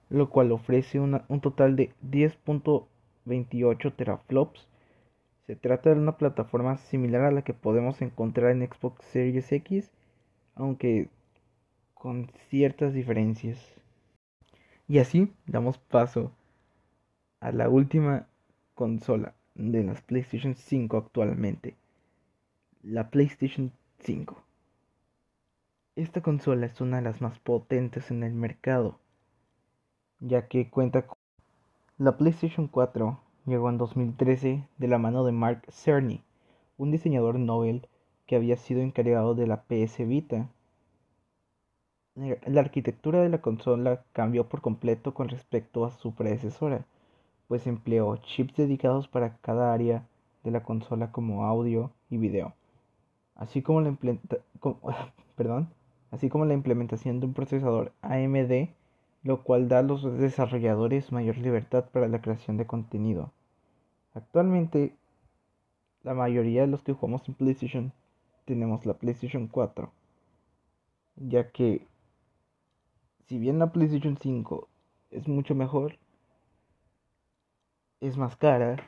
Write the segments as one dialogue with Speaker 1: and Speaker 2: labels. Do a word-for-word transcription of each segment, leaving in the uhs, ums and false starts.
Speaker 1: lo cual ofrece una- un total de diez punto veintiocho teraflops. Se trata de una plataforma similar a la que podemos encontrar en Xbox Series X, aunque con ciertas diferencias. Y así damos paso a la última consola de las PlayStation cinco actualmente, la PlayStation cinco. Esta consola es una de las más potentes en el mercado, ya que cuenta con la PlayStation cuatro. Llegó en dos mil trece de la mano de Mark Cerny, un diseñador Nobel que había sido encargado de la P S Vita. La arquitectura de la consola cambió por completo con respecto a su predecesora, pues empleó chips dedicados para cada área de la consola como audio y video, así como la, implementa- co- perdón, así como la implementación de un procesador A M D, lo cual da a los desarrolladores mayor libertad para la creación de contenido. Actualmente, la mayoría de los que jugamos en PlayStation tenemos la PlayStation cuatro, ya que si bien la PlayStation cinco es mucho mejor, es más cara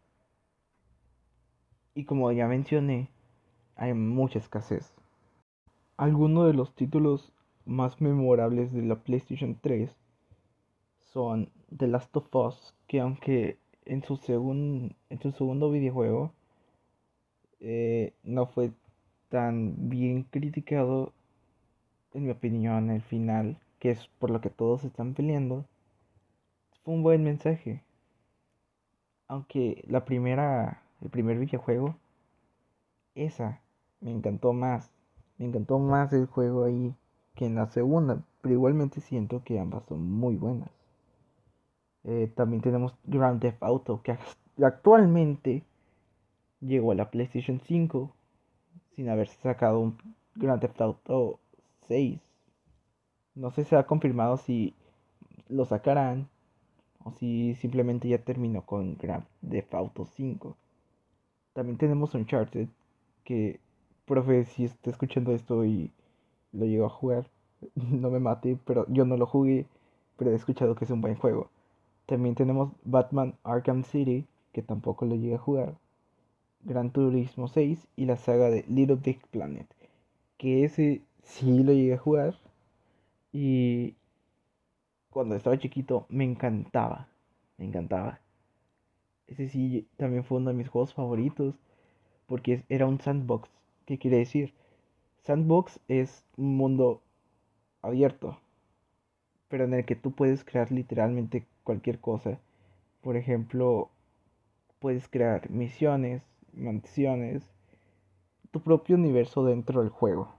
Speaker 1: y como ya mencioné, hay mucha escasez. Algunos de los títulos más memorables de la PlayStation tres son The Last of Us, que aunque en su, segun- en su segundo videojuego eh, no fue tan bien criticado, en mi opinión, el final, que es por lo que todos están peleando, fue un buen mensaje. Aunque la primera, el primer videojuego, esa me encantó más. Me encantó más el juego ahí que en la segunda, pero igualmente siento que ambas son muy buenas. Eh, también tenemos Grand Theft Auto, que actualmente llegó a la PlayStation cinco sin haberse sacado un Grand Theft Auto seis. No sé si se ha confirmado si lo sacarán o si simplemente ya terminó con Grand Theft Auto cinco. También tenemos Uncharted, que, profe, si está escuchando esto y lo llegó a jugar, no me mate, pero yo no lo jugué, pero he escuchado que es un buen juego. También tenemos Batman Arkham City, que tampoco lo llegué a jugar. Gran Turismo seis y la saga de Little Big Planet, que ese sí lo llegué a jugar y cuando estaba chiquito me encantaba, me encantaba. Ese sí también fue uno de mis juegos favoritos porque era un sandbox. ¿Qué quiere decir? Sandbox es un mundo abierto, pero en el que tú puedes crear literalmente cualquier cosa. Por ejemplo, puedes crear misiones, mansiones, tu propio universo dentro del juego.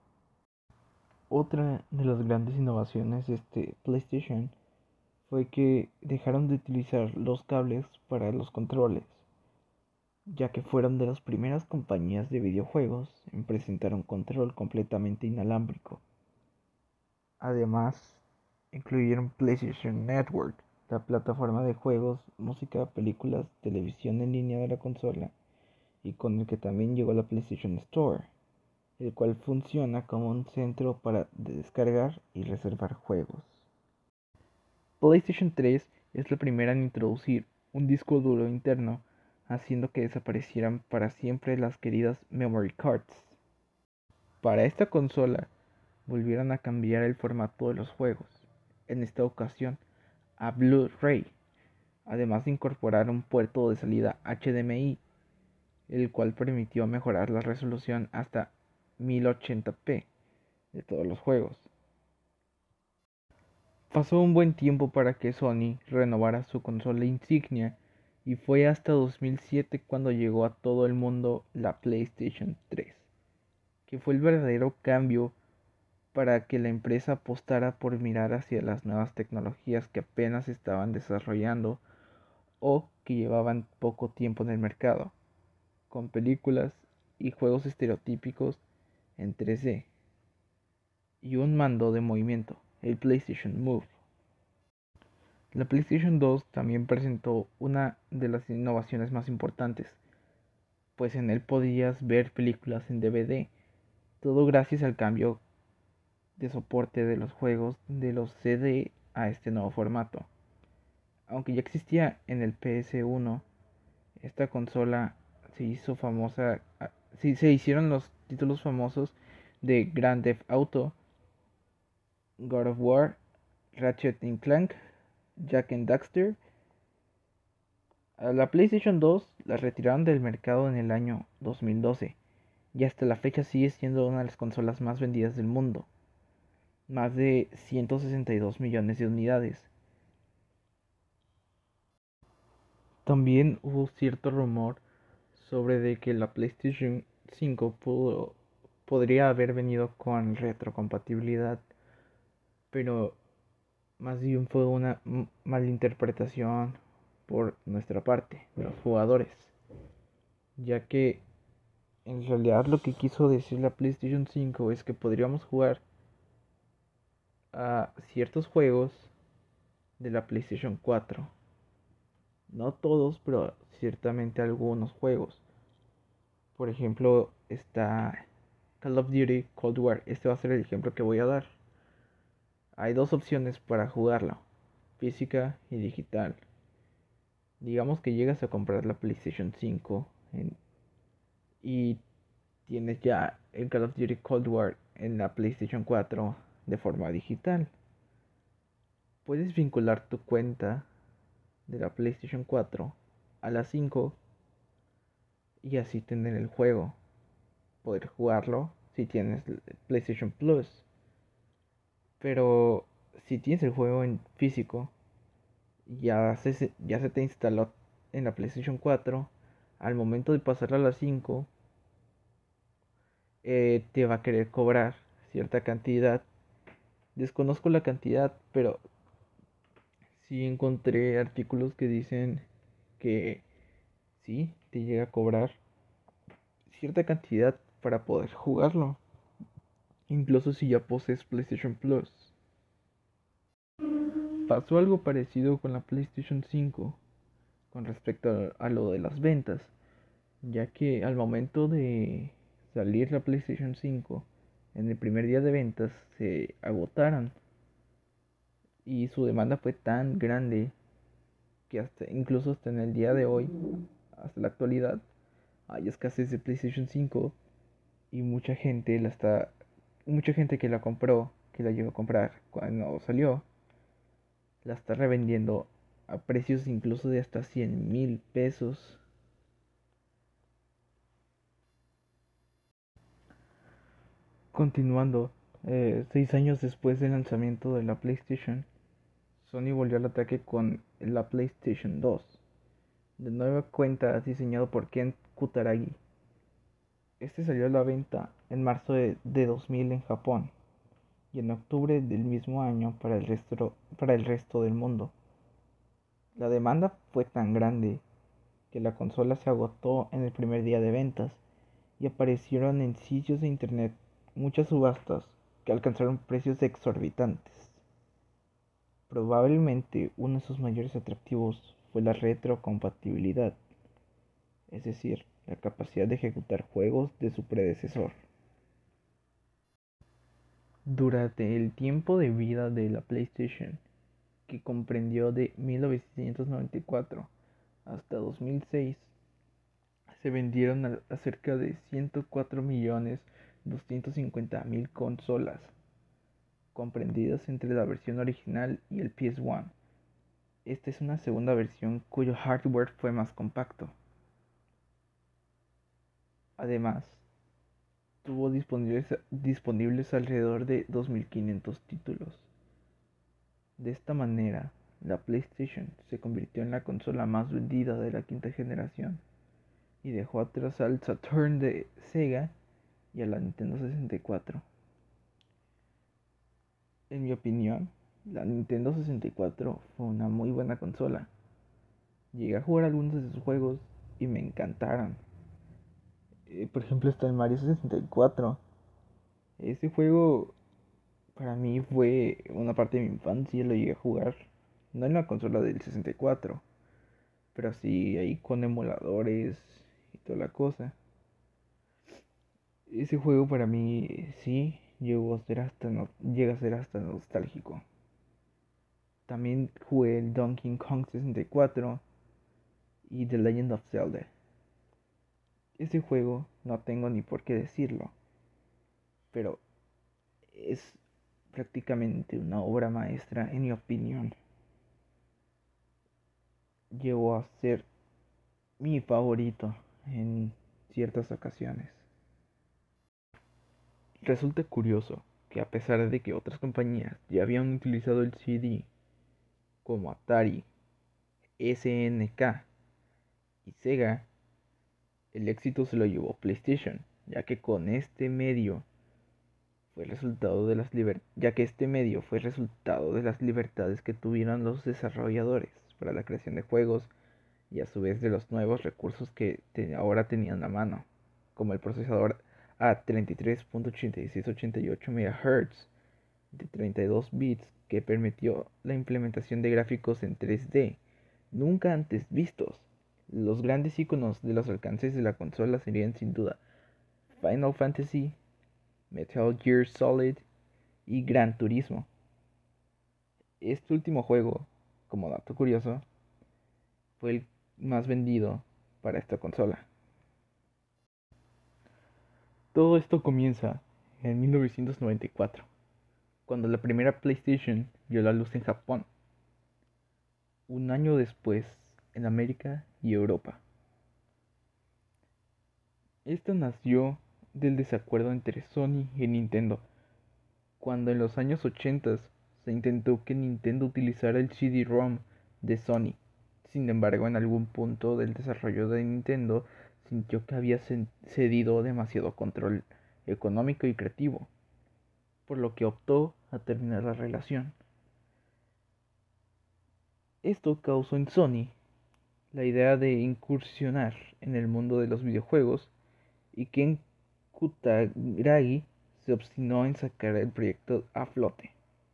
Speaker 1: Otra de las grandes innovaciones de este PlayStation fue que dejaron de utilizar los cables para los controles, ya que fueron de las primeras compañías de videojuegos en presentar un control completamente inalámbrico. Además, incluyeron PlayStation Network, la plataforma de juegos, música, películas, televisión en línea de la consola, y con el que también llegó la PlayStation Store, el cual funciona como un centro para descargar y reservar juegos. PlayStation tres es la primera en introducir un disco duro interno, haciendo que desaparecieran para siempre las queridas memory cards. Para esta consola volvieron a cambiar el formato de los juegos, en esta ocasión a Blu-ray, además de incorporar un puerto de salida H D M I, el cual permitió mejorar la resolución hasta mil ochenta p de todos los juegos. Pasó un buen tiempo para que Sony renovara su consola insignia y fue hasta dos mil siete cuando llegó a todo el mundo la PlayStation tres, que fue el verdadero cambio para que la empresa apostara por mirar hacia las nuevas tecnologías que apenas estaban desarrollando o que llevaban poco tiempo en el mercado, con películas y juegos estereotípicos en tres D y un mando de movimiento, el PlayStation Move. La PlayStation dos también presentó una de las innovaciones más importantes, pues en él podías ver películas en D V D, todo gracias al cambio de soporte de los juegos de los C D a este nuevo formato. Aunque ya existía en el P S uno, esta consola se hizo famosa, sí, se hicieron los títulos famosos de Grand Theft Auto, God of War, Ratchet and Clank, Jak and Daxter. A la PlayStation dos la retiraron del mercado en el año dos mil doce y hasta la fecha sigue siendo una de las consolas más vendidas del mundo, más de ciento sesenta y dos millones de unidades. También hubo cierto rumor sobre de que la PlayStation cinco pudo, podría haber venido con retrocompatibilidad, pero más bien fue una malinterpretación por nuestra parte, de los jugadores, ya que en realidad lo que quiso decir la PlayStation cinco es que podríamos jugar a ciertos juegos de la PlayStation cuatro. No todos, pero ciertamente algunos juegos. Por ejemplo, está Call of Duty Cold War. Este va a ser el ejemplo que voy a dar. Hay dos opciones para jugarlo, física y digital. Digamos que llegas a comprar la PlayStation cinco en, y tienes ya el Call of Duty Cold War en la PlayStation cuatro de forma digital. Puedes vincular tu cuenta de la PlayStation cuatro a la cinco y así tener el juego. Poder jugarlo si tienes PlayStation Plus. Pero si tienes el juego en físico, ya se, ya se te instaló en la PlayStation cuatro, al momento de pasarla a la cinco, eh, te va a querer cobrar cierta cantidad. Desconozco la cantidad, pero sí encontré artículos que dicen que sí, te llega a cobrar cierta cantidad para poder jugarlo, incluso si ya posees PlayStation Plus. Pasó algo parecido con la PlayStation cinco con respecto a, a lo de las ventas, ya que al momento de salir la PlayStation cinco, en el primer día de ventas se agotaron y su demanda fue tan grande que hasta incluso hasta en el día de hoy, hasta la actualidad, hay escasez de PlayStation cinco y mucha gente la está mucha gente que la compró, que la llegó a comprar cuando salió, la está revendiendo a precios incluso de hasta cien mil pesos. Continuando, eh, seis años después del lanzamiento de la PlayStation, Sony volvió al ataque con la PlayStation dos, de nueva cuenta diseñado por Ken Kutaragi. Este salió a la venta en marzo de, de dos mil en Japón y en octubre del mismo año para el resto, para el resto del mundo. La demanda fue tan grande que la consola se agotó en el primer día de ventas y aparecieron en sitios de internet muchas subastas que alcanzaron precios exorbitantes. Probablemente uno de sus mayores atractivos fue la retrocompatibilidad, es decir, la capacidad de ejecutar juegos de su predecesor. Durante el tiempo de vida de la PlayStation, que comprendió de mil novecientos noventa y cuatro hasta dos mil seis, se vendieron a, a cerca de ciento cuatro millones doscientos cincuenta mil consolas, comprendidas entre la versión original y el P S uno. Esta es una segunda versión cuyo hardware fue más compacto. Además, tuvo disponibles, disponibles alrededor de dos mil quinientos títulos. De esta manera, la PlayStation se convirtió en la consola más vendida de la quinta generación y dejó atrás al Saturn de Sega y a la Nintendo sesenta y cuatro. En mi opinión, la Nintendo sesenta y cuatro fue una muy buena consola. Llegué a jugar algunos de sus juegos y me encantaron. Eh, por ejemplo, está el Mario sesenta y cuatro. Ese juego para mí fue una parte de mi infancia, lo llegué a jugar. No en la consola del sesenta y cuatro, pero sí ahí con emuladores y toda la cosa. Ese juego para mí sí llegó a ser hasta no, llega a ser hasta nostálgico. También jugué el Donkey Kong sesenta y cuatro y The Legend of Zelda. Este juego no tengo ni por qué decirlo, pero es prácticamente una obra maestra en mi opinión. Llegó a ser mi favorito en ciertas ocasiones. Resulta curioso que a pesar de que otras compañías ya habían utilizado el C D como Atari, S N K y Sega, el éxito se lo llevó PlayStation, ya que con este medio fue resultado de las liber- ya que este medio fue resultado de las libertades que tuvieron los desarrolladores para la creación de juegos y a su vez de los nuevos recursos que te- ahora tenían a mano, como el procesador A treinta y tres punto ochenta y seis ochenta y ocho MHz de treinta y dos bits que permitió la implementación de gráficos en tres D nunca antes vistos. Los grandes iconos de los alcances de la consola serían sin duda Final Fantasy, Metal Gear Solid y Gran Turismo. Este último juego, como dato curioso, fue el más vendido para esta consola. Todo esto comienza en mil novecientos noventa y cuatro, cuando la primera PlayStation vio la luz en Japón. Un año después, en América y Europa. Esta nació del desacuerdo entre Sony y Nintendo, cuando en los años ochenta se intentó que Nintendo utilizara el C D-ROM de Sony. Sin embargo, en algún punto del desarrollo de Nintendo sintió que había cedido demasiado control económico y creativo, por lo que optó a terminar la relación. Esto causó en Sony la idea de incursionar en el mundo de los videojuegos y Ken Kutaragi se obstinó en sacar el proyecto a flote.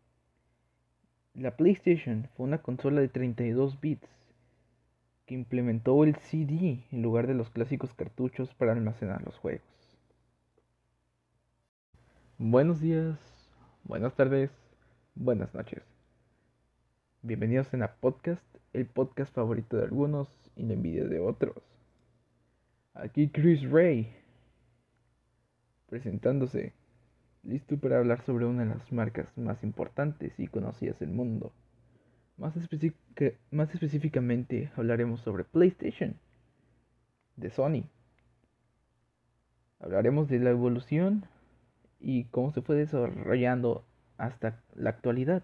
Speaker 1: La PlayStation fue una consola de treinta y dos bits que implementó el C D en lugar de los clásicos cartuchos para almacenar los juegos. Buenos días, buenas tardes, buenas noches. Bienvenidos a la podcast, el podcast favorito de algunos y la envidia de otros. Aquí Chris Ray, presentándose, listo para hablar sobre una de las marcas más importantes y conocidas del mundo. Más, específica, más específicamente hablaremos sobre PlayStation, de Sony. Hablaremos de la evolución y cómo se fue desarrollando hasta la actualidad.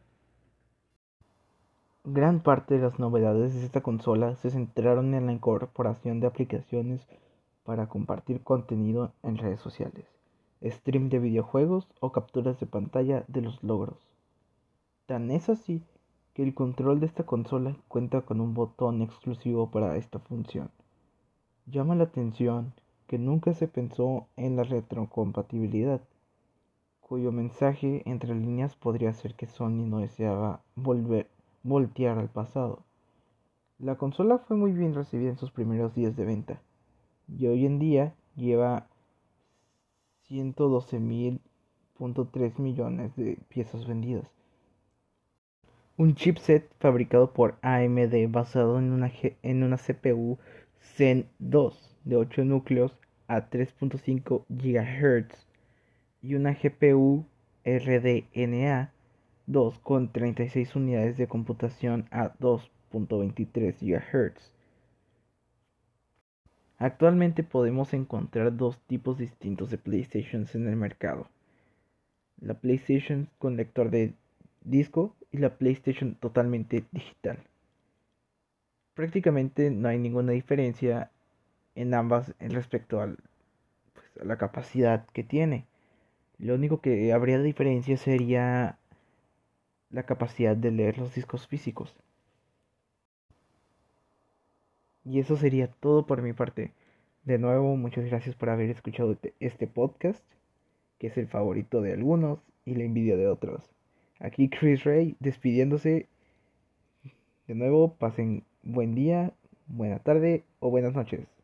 Speaker 1: Gran parte de las novedades de esta consola se centraron en la incorporación de aplicaciones para compartir contenido en redes sociales, stream de videojuegos o capturas de pantalla de los logros. Tan es así que el control de esta consola cuenta con un botón exclusivo para esta función. Llama la atención que nunca se pensó en la retrocompatibilidad, cuyo mensaje entre líneas podría ser que Sony no deseaba volver, voltear al pasado. La consola fue muy bien recibida en sus primeros días de venta y hoy en día lleva ciento doce punto tres millones de piezas vendidas. Un chipset fabricado por A M D basado en una, G en una C P U Zen dos de ocho núcleos a tres punto cinco gigahertz y una G P U R D N A dos con treinta y seis unidades de computación a dos punto veintitrés gigahertz. Actualmente podemos encontrar dos tipos distintos de PlayStations en el mercado: la PlayStation con lector de disco y la PlayStation totalmente digital. Prácticamente no hay ninguna diferencia en ambas en respecto al, pues, a la capacidad que tiene. Lo único que habría de diferencia sería la capacidad de leer los discos físicos. Y eso sería todo por mi parte. De nuevo, muchas gracias por haber escuchado este podcast, que es el favorito de algunos y la envidia de otros. Aquí Chris Ray despidiéndose. De nuevo, pasen buen día, buena tarde o buenas noches.